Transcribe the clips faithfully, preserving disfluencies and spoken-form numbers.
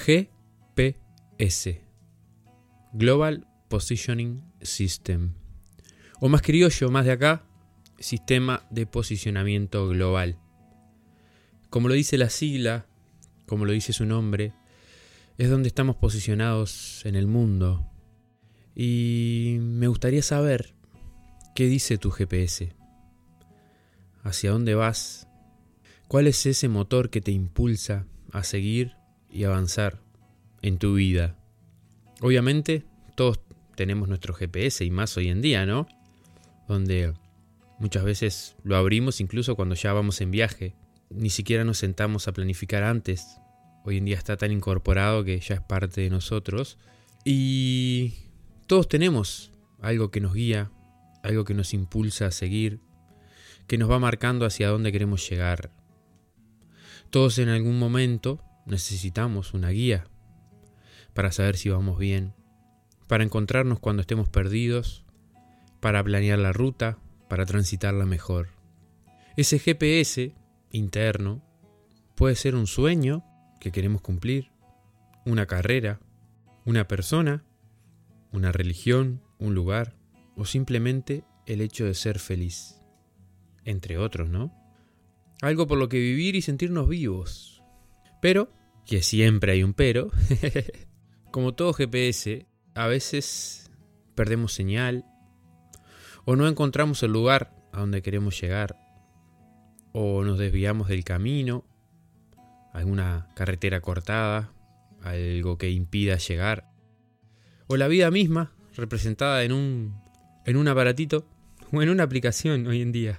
G P S, Global Positioning System, o más criollo, más de acá, Sistema de Posicionamiento Global. Como lo dice la sigla, como lo dice su nombre, es donde estamos posicionados en el mundo. Y me gustaría saber qué dice tu G P S, hacia dónde vas, cuál es ese motor que te impulsa a seguir y avanzar en tu vida. Obviamente todos tenemos nuestro G P S y más hoy en día, ¿no? Donde muchas veces lo abrimos incluso cuando ya vamos en viaje. Ni siquiera nos sentamos a planificar antes. Hoy en día está tan incorporado que ya es parte de nosotros. Y todos tenemos algo que nos guía, algo que nos impulsa a seguir, que nos va marcando hacia dónde queremos llegar. Todos en algún momento necesitamos una guía para saber si vamos bien, para encontrarnos cuando estemos perdidos, para planear la ruta, para transitarla mejor. Ese G P S interno puede ser un sueño que queremos cumplir, una carrera, una persona, una religión, un lugar, o simplemente el hecho de ser feliz, entre otros, ¿no? Algo por lo que vivir y sentirnos vivos. Pero, que siempre hay un pero, como todo G P S, a veces perdemos señal, o no encontramos el lugar a donde queremos llegar, o nos desviamos del camino, alguna carretera cortada, algo que impida llegar, o la vida misma representada en un, en un aparatito o en una aplicación hoy en día.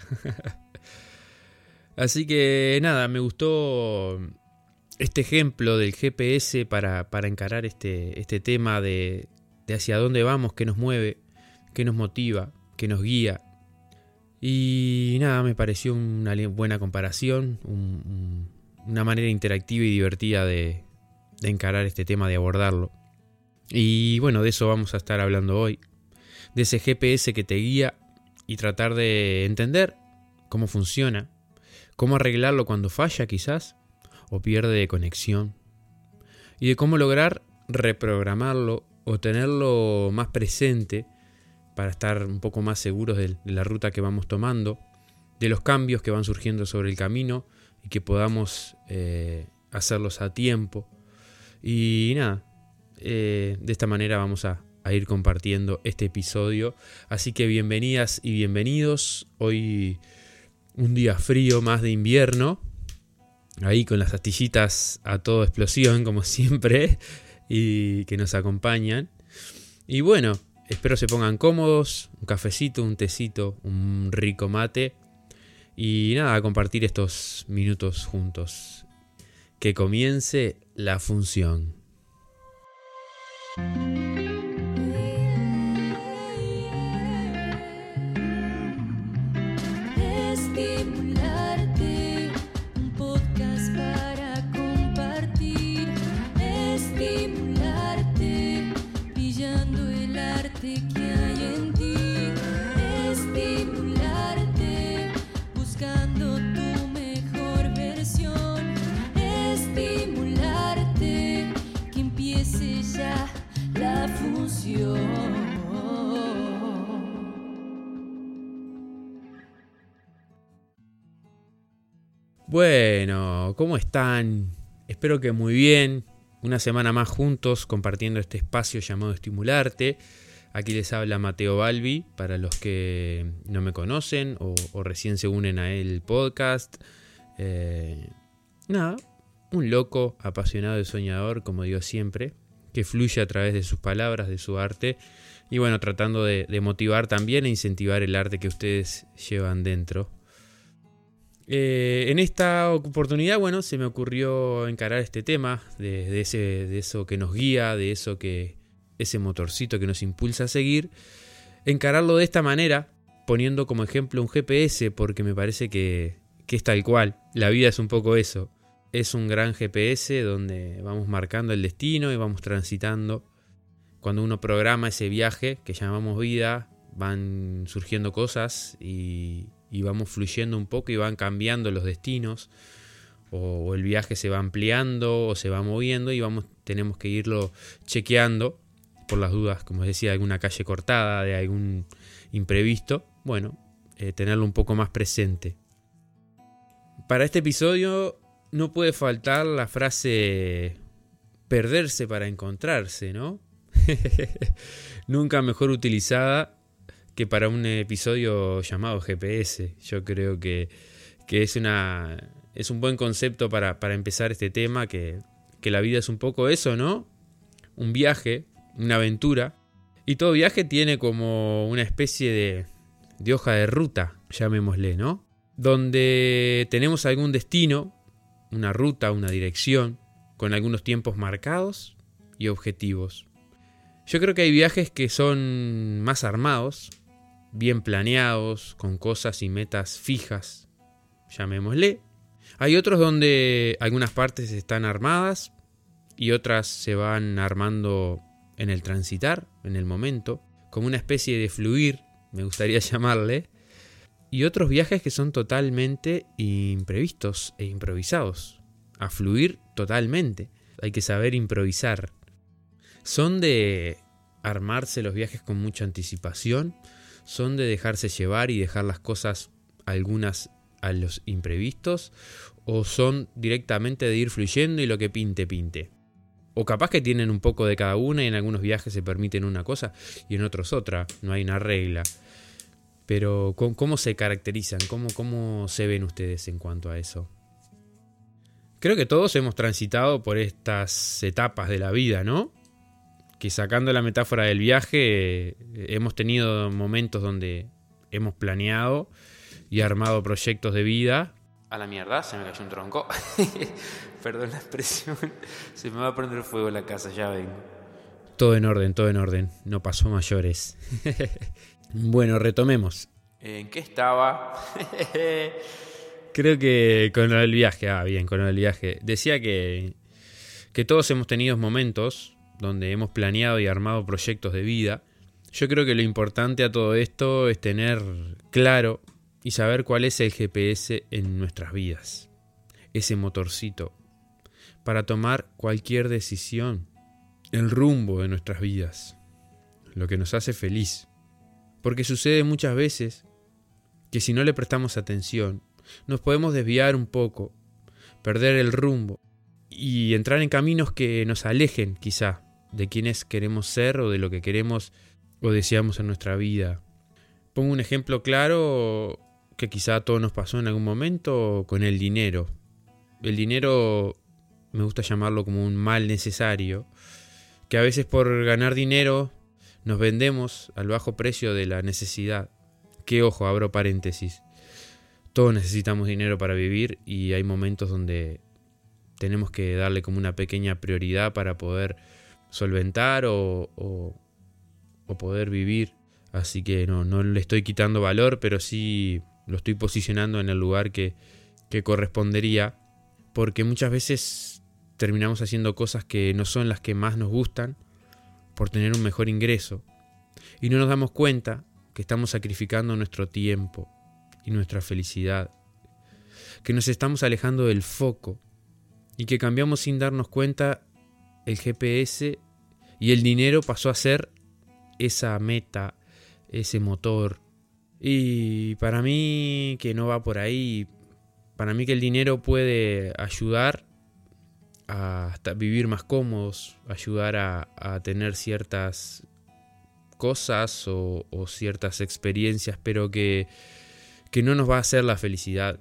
Así que nada, me gustó este ejemplo del G P S para, para encarar este, este tema de, de hacia dónde vamos, qué nos mueve, qué nos motiva, qué nos guía. Y nada, me pareció una buena comparación, un, un, una manera interactiva y divertida de, de encarar este tema, de abordarlo. Y bueno, de eso vamos a estar hablando hoy, de ese G P S que te guía y tratar de entender cómo funciona, cómo arreglarlo cuando falla quizás, o pierde conexión, y de cómo lograr reprogramarlo o tenerlo más presente para estar un poco más seguros de la ruta que vamos tomando, de los cambios que van surgiendo sobre el camino y que podamos eh, hacerlos a tiempo. Y nada, eh, de esta manera vamos a, a ir compartiendo este episodio. Así que bienvenidas y bienvenidos. Hoy un día frío más de invierno, ahí con las astillitas a toda explosión como siempre y que nos acompañan. Y bueno, espero se pongan cómodos, un cafecito, un tecito, un rico mate y nada, a compartir estos minutos juntos. Que comience la función. Estimularte, un podcast para compartir. Estimularte, brillando el arte que hay en ti. Estimularte, buscando tu mejor versión. Estimularte, que empiece ya la función. Bueno, ¿cómo están? Espero que muy bien. Una semana más juntos compartiendo este espacio llamado Estimularte. Aquí les habla Mateo Balbi, para los que no me conocen o, o recién se unen a el podcast. Eh, nada, un loco, apasionado y soñador, como digo siempre, que fluye a través de sus palabras, de su arte. Y bueno, tratando de, de motivar también e incentivar el arte que ustedes llevan dentro. Eh, en esta oportunidad, bueno, se me ocurrió encarar este tema de, de, ese, de eso que nos guía, de eso que, ese motorcito que nos impulsa a seguir, encararlo de esta manera, poniendo como ejemplo un G P S, porque me parece que, que es tal cual. La vida es un poco eso, es un gran G P S donde vamos marcando el destino y vamos transitando. Cuando uno programa ese viaje que llamamos vida, van surgiendo cosas y... y vamos fluyendo un poco y van cambiando los destinos o, o el viaje se va ampliando o se va moviendo y vamos, tenemos que irlo chequeando por las dudas, como decía, de alguna calle cortada, de algún imprevisto. Bueno, eh, tenerlo un poco más presente. Para este episodio no puede faltar la frase perderse para encontrarse, ¿no? Nunca mejor utilizada que para un episodio llamado G P S. Yo creo que, que es, una, es un buen concepto para, para empezar este tema, que, que la vida es un poco eso, ¿no? Un viaje, una aventura. Y todo viaje tiene como una especie de, de hoja de ruta, llamémosle, ¿no? Donde tenemos algún destino, una ruta, una dirección, con algunos tiempos marcados y objetivos. Yo creo que hay viajes que son más armados, bien planeados, con cosas y metas fijas, llamémosle. Hay otros donde algunas partes están armadas y otras se van armando en el transitar, en el momento, como una especie de fluir, me gustaría llamarle. Y otros viajes que son totalmente imprevistos e improvisados, a fluir totalmente. Hay que saber improvisar. Son de armarse los viajes con mucha anticipación, son de dejarse llevar y dejar las cosas algunas a los imprevistos, o son directamente de ir fluyendo y lo que pinte, pinte. O capaz que tienen un poco de cada una y en algunos viajes se permiten una cosa y en otros otra, no hay una regla. Pero ¿cómo se caracterizan? ¿Cómo, cómo se ven ustedes en cuanto a eso? Creo que todos hemos transitado por estas etapas de la vida, ¿no? Que sacando la metáfora del viaje, hemos tenido momentos donde hemos planeado y armado proyectos de vida. A la mierda, se me cayó un tronco. Perdón la expresión. Se me va a prender fuego la casa, ya vengo. Todo en orden, todo en orden. No pasó mayores. Bueno, retomemos. ¿En qué estaba? Creo que con el viaje, ah, bien, con el viaje. Decía que, que todos hemos tenido momentos donde hemos planeado y armado proyectos de vida. Yo creo que lo importante a todo esto es tener claro y saber cuál es el G P S en nuestras vidas. Ese motorcito para tomar cualquier decisión, el rumbo de nuestras vidas, lo que nos hace feliz. Porque sucede muchas veces que si no le prestamos atención, nos podemos desviar un poco, perder el rumbo y entrar en caminos que nos alejen quizá de quienes queremos ser o de lo que queremos o deseamos en nuestra vida. Pongo un ejemplo claro que quizá a todos nos pasó en algún momento con el dinero. El dinero me gusta llamarlo como un mal necesario, que a veces por ganar dinero nos vendemos al bajo precio de la necesidad. Que ojo, abro paréntesis. Todos necesitamos dinero para vivir y hay momentos donde tenemos que darle como una pequeña prioridad para poder solventar o, o, o poder vivir. Así que no, no le estoy quitando valor, pero sí lo estoy posicionando en el lugar que, que correspondería. Porque muchas veces terminamos haciendo cosas que no son las que más nos gustan por tener un mejor ingreso. Y no nos damos cuenta que estamos sacrificando nuestro tiempo y nuestra felicidad. Que nos estamos alejando del foco y que cambiamos sin darnos cuenta el G P S y el dinero pasó a ser esa meta, ese motor. Y para mí que no va por ahí, para mí que el dinero puede ayudar a vivir más cómodos, ayudar a, a tener ciertas cosas o, o ciertas experiencias, pero que, que no nos va a hacer la felicidad,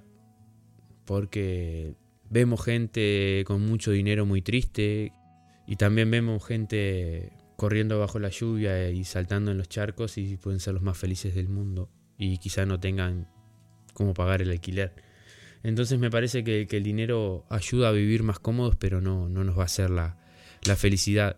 porque vemos gente con mucho dinero muy triste y también vemos gente corriendo bajo la lluvia y saltando en los charcos y pueden ser los más felices del mundo y quizá no tengan cómo pagar el alquiler. Entonces me parece que, que el dinero ayuda a vivir más cómodos, pero no, no nos va a hacer la, la felicidad.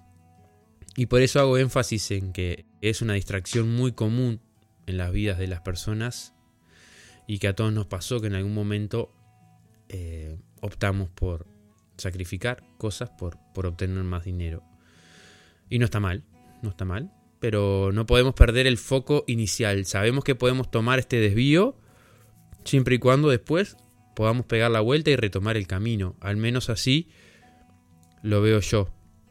Y por eso hago énfasis en que es una distracción muy común en las vidas de las personas y que a todos nos pasó que en algún momento eh, optamos por sacrificar cosas por, por obtener más dinero. Y no está mal, no está mal, pero no podemos perder el foco inicial. Sabemos que podemos tomar este desvío siempre y cuando después podamos pegar la vuelta y retomar el camino. Al menos así lo veo yo.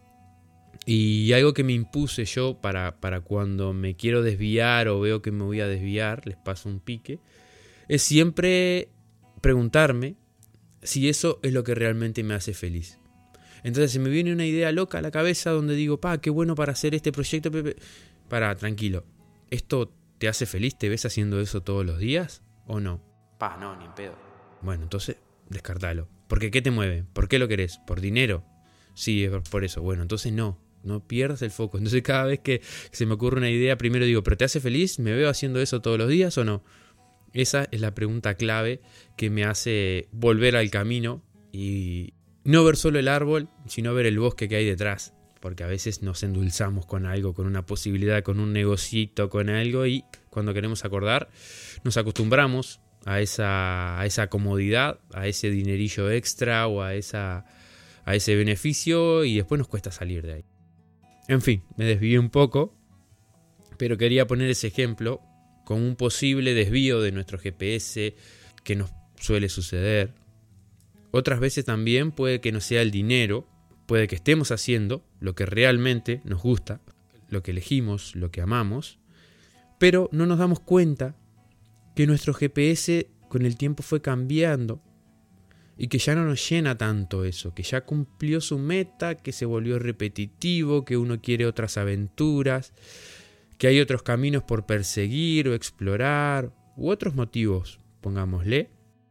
Y algo que me impuse yo para, para cuando me quiero desviar o veo que me voy a desviar, les paso un pique, es siempre preguntarme si eso es lo que realmente me hace feliz. Entonces se me viene una idea loca a la cabeza donde digo, pa, qué bueno para hacer este proyecto. Pepe. Para, tranquilo. ¿Esto te hace feliz? ¿Te ves haciendo eso todos los días o no? Pa, no, ni en pedo. Bueno, entonces descartalo. ¿Por qué? ¿Qué te mueve? ¿Por qué lo querés? ¿Por dinero? Sí, es por eso. Bueno, entonces no. No pierdas el foco. Entonces cada vez que se me ocurre una idea, primero digo, ¿pero te hace feliz? ¿Me veo haciendo eso todos los días o no? Esa es la pregunta clave que me hace volver al camino y no ver solo el árbol, sino ver el bosque que hay detrás. Porque a veces nos endulzamos con algo, con una posibilidad, con un negocito, con algo, y cuando queremos acordar nos acostumbramos a esa, a esa comodidad, a ese dinerillo extra o a, esa, a ese beneficio, y después nos cuesta salir de ahí. En fin, me desvié un poco, pero quería poner ese ejemplo como un posible desvío de nuestro G P S que nos suele suceder. Otras veces también puede que no sea el dinero, puede que estemos haciendo lo que realmente nos gusta, lo que elegimos, lo que amamos, pero no nos damos cuenta que nuestro G P S con el tiempo fue cambiando y que ya no nos llena tanto eso, que ya cumplió su meta, que se volvió repetitivo, que uno quiere otras aventuras, que hay otros caminos por perseguir o explorar, u otros motivos, pongámosle.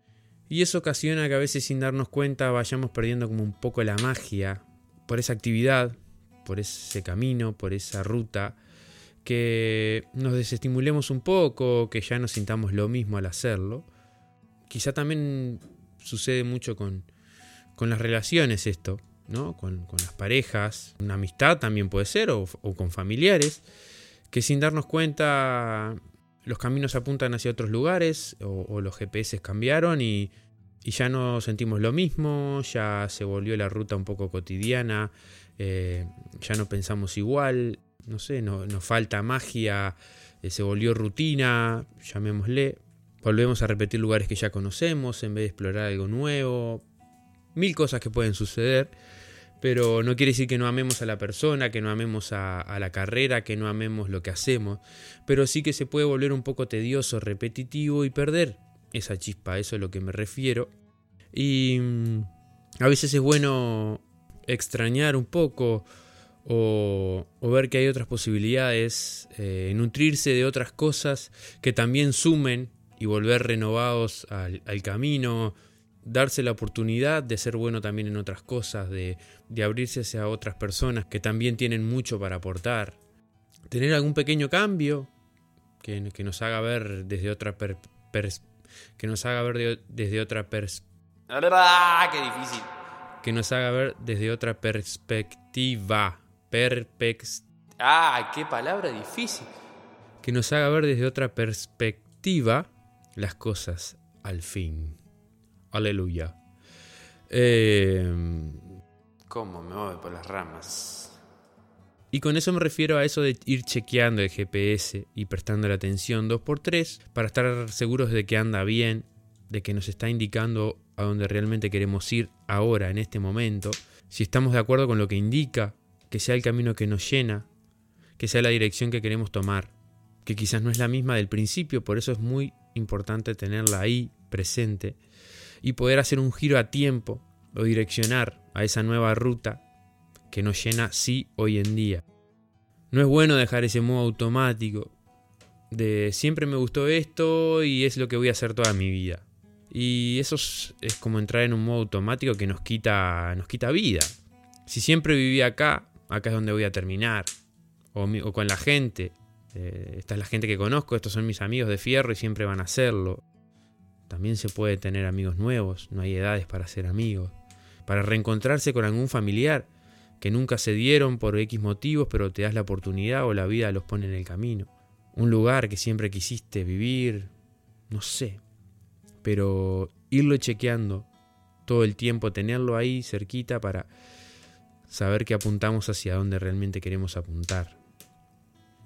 Y eso ocasiona que a veces sin darnos cuenta vayamos perdiendo como un poco la magia por esa actividad, por ese camino, por esa ruta, que nos desestimulemos un poco, que ya no sintamos lo mismo al hacerlo. Quizá también sucede mucho con, con las relaciones esto, ¿no? Con, con las parejas, una amistad también puede ser, o, o con familiares, que sin darnos cuenta los caminos apuntan hacia otros lugares o, o los G P S cambiaron y, y ya no sentimos lo mismo, ya se volvió la ruta un poco cotidiana, eh, ya no pensamos igual, no sé, no, nos falta magia, eh, se volvió rutina, llamémosle. Volvemos a repetir lugares que ya conocemos en vez de explorar algo nuevo. Mil cosas que pueden suceder, pero no quiere decir que no amemos a la persona, que no amemos a, a la carrera, que no amemos lo que hacemos. Pero sí que se puede volver un poco tedioso, repetitivo y perder esa chispa, eso es a lo que me refiero. Y mmm, a veces es bueno extrañar un poco o, o ver que hay otras posibilidades, eh, nutrirse de otras cosas que también sumen y volver renovados al, al camino, darse la oportunidad de ser bueno también en otras cosas, de, de abrirse hacia otras personas que también tienen mucho para aportar, tener algún pequeño cambio que, que nos haga ver desde otra per, per, que nos haga ver de, desde otra pers, ¡Ah, qué difícil! que nos haga ver desde otra perspectiva, perpex, ¡Ah, qué palabra difícil! que nos haga ver desde otra perspectiva las cosas al fin. Aleluya. Eh, ¿Cómo me voy por las ramas? y con eso me refiero a eso de ir chequeando el G P S y prestando la atención dos por tres para estar seguros de que anda bien, de que nos está indicando a dónde realmente queremos ir ahora, en este momento. Si estamos de acuerdo con lo que indica, que sea el camino que nos llena, que sea la dirección que queremos tomar, que quizás no es la misma del principio, por eso es muy importante tenerla ahí presente y poder hacer un giro a tiempo o direccionar a esa nueva ruta que nos llena sí hoy en día. No es bueno dejar ese modo automático de siempre me gustó esto y es lo que voy a hacer toda mi vida. Y eso es, es como entrar en un modo automático que nos quita, nos quita vida. Si siempre viví acá, acá es donde voy a terminar. O, mi, o con la gente. Eh, esta es la gente que conozco, estos son mis amigos de fierro y siempre van a hacerlo. También se puede tener amigos nuevos, no hay edades para ser amigos. Para reencontrarse con algún familiar que nunca se dieron por X motivos, pero te das la oportunidad o la vida los pone en el camino. Un lugar que siempre quisiste vivir, no sé. Pero irlo chequeando todo el tiempo, tenerlo ahí cerquita para saber que apuntamos hacia donde realmente queremos apuntar.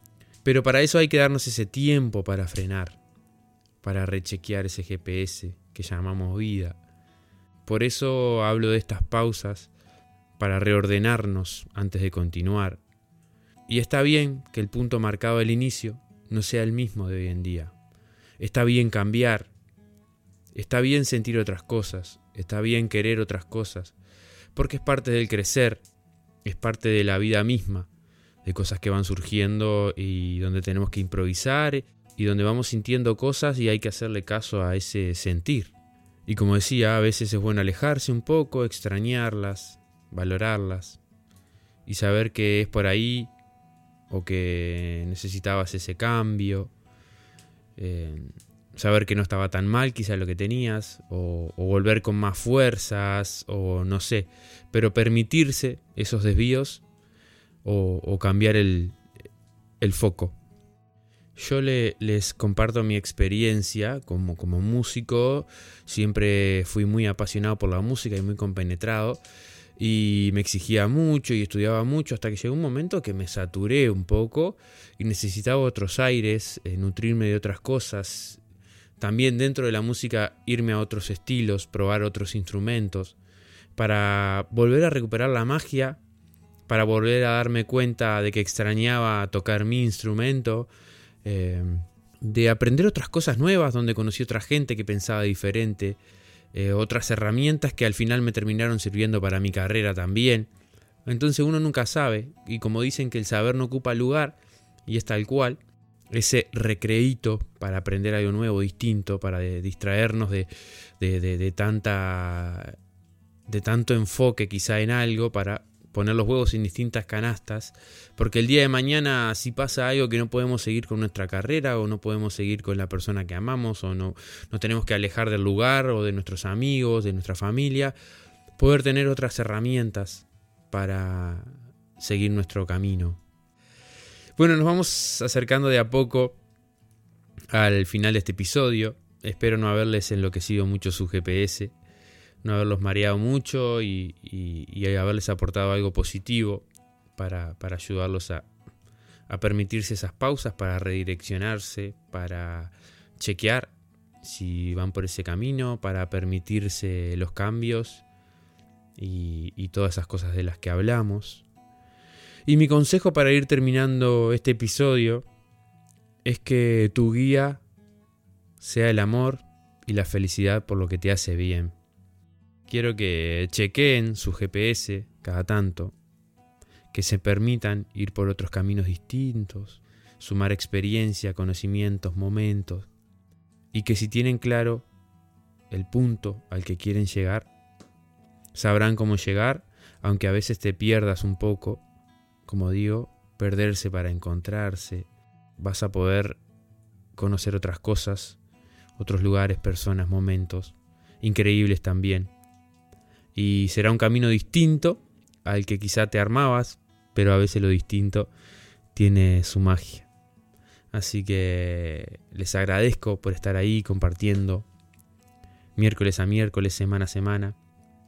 Pero para eso hay que darnos ese tiempo para frenar, para rechequear ese G P S que llamamos vida. Por eso hablo de estas pausas, para reordenarnos antes de continuar. Y está bien que el punto marcado al inicio no sea el mismo de hoy en día. Está bien cambiar. Está bien sentir otras cosas. Está bien querer otras cosas. Porque es parte del crecer. Es parte de la vida misma. De cosas que van surgiendo y donde tenemos que improvisar y donde vamos sintiendo cosas y hay que hacerle caso a ese sentir. Y como decía, a veces es bueno alejarse un poco, extrañarlas, valorarlas y saber que es por ahí o que necesitabas ese cambio, eh, saber que no estaba tan mal quizá lo que tenías o, o volver con más fuerzas o no sé, pero permitirse esos desvíos o, o cambiar el, el foco. Yo le, les comparto mi experiencia como, como músico. Siempre fui muy apasionado por la música y muy compenetrado. Y me exigía mucho y estudiaba mucho hasta que llegó un momento que me saturé un poco y necesitaba otros aires, eh, nutrirme de otras cosas. También dentro de la música irme a otros estilos, probar otros instrumentos, para volver a recuperar la magia, para volver a darme cuenta de que extrañaba tocar mi instrumento, eh, de aprender otras cosas nuevas donde conocí otra gente que pensaba diferente. Eh, otras herramientas que al final me terminaron sirviendo para mi carrera también. Entonces uno nunca sabe, y como dicen que el saber no ocupa lugar, y es tal cual, ese recreíto para aprender algo nuevo, distinto, para de, distraernos de, de, de, de, tanta, de tanto enfoque quizá en algo, para poner los huevos en distintas canastas, porque el día de mañana si pasa algo que no podemos seguir con nuestra carrera o no podemos seguir con la persona que amamos o no nos tenemos que alejar del lugar o de nuestros amigos, de nuestra familia, poder tener otras herramientas para seguir nuestro camino. Bueno, nos vamos acercando de a poco al final de este episodio. Espero no haberles enloquecido mucho su G P S, no haberlos mareado mucho y, y, y haberles aportado algo positivo para, para ayudarlos a, a permitirse esas pausas, para redireccionarse, para chequear si van por ese camino, para permitirse los cambios y, y todas esas cosas de las que hablamos. Y mi consejo para ir terminando este episodio es que tu guía sea el amor y la felicidad por lo que te hace bien. Quiero que chequeen su G P S cada tanto, que se permitan ir por otros caminos distintos, sumar experiencia, conocimientos, momentos, y que si tienen claro el punto al que quieren llegar, sabrán cómo llegar, aunque a veces te pierdas un poco, como digo, perderse para encontrarse, vas a poder conocer otras cosas, otros lugares, personas, momentos, increíbles también. Y será un camino distinto al que quizá te armabas, pero a veces lo distinto tiene su magia. Así que les agradezco por estar ahí compartiendo miércoles a miércoles, semana a semana.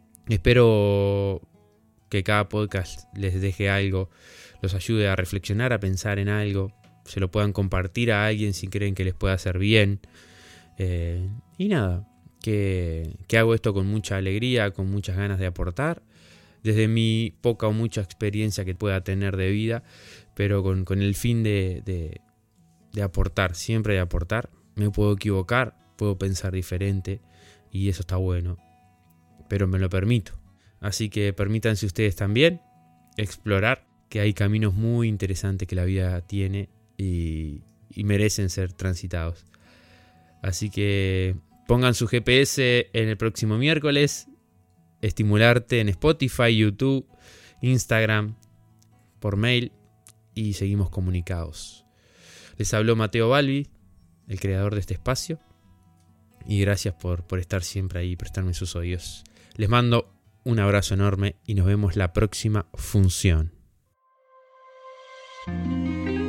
Espero que cada podcast les deje algo, los ayude a reflexionar, a pensar en algo, se lo puedan compartir a alguien si creen que les pueda hacer bien. Eh, y nada. Que, que hago esto con mucha alegría, con muchas ganas de aportar, desde mi poca o mucha experiencia que pueda tener de vida, pero con, con el fin de, de, de aportar, siempre de aportar. Me puedo equivocar, puedo pensar diferente y eso está bueno, pero me lo permito. Así que permítanse ustedes también explorar, que hay caminos muy interesantes que la vida tiene y, y merecen ser transitados. Así que pongan su G P S en el próximo miércoles. Estimularte en Spotify, YouTube, Instagram, por mail y seguimos comunicados. Les habló Mateo Balbi, el creador de este espacio. Y gracias por, por estar siempre ahí y prestarme sus oídos. Les mando un abrazo enorme y nos vemos la próxima función.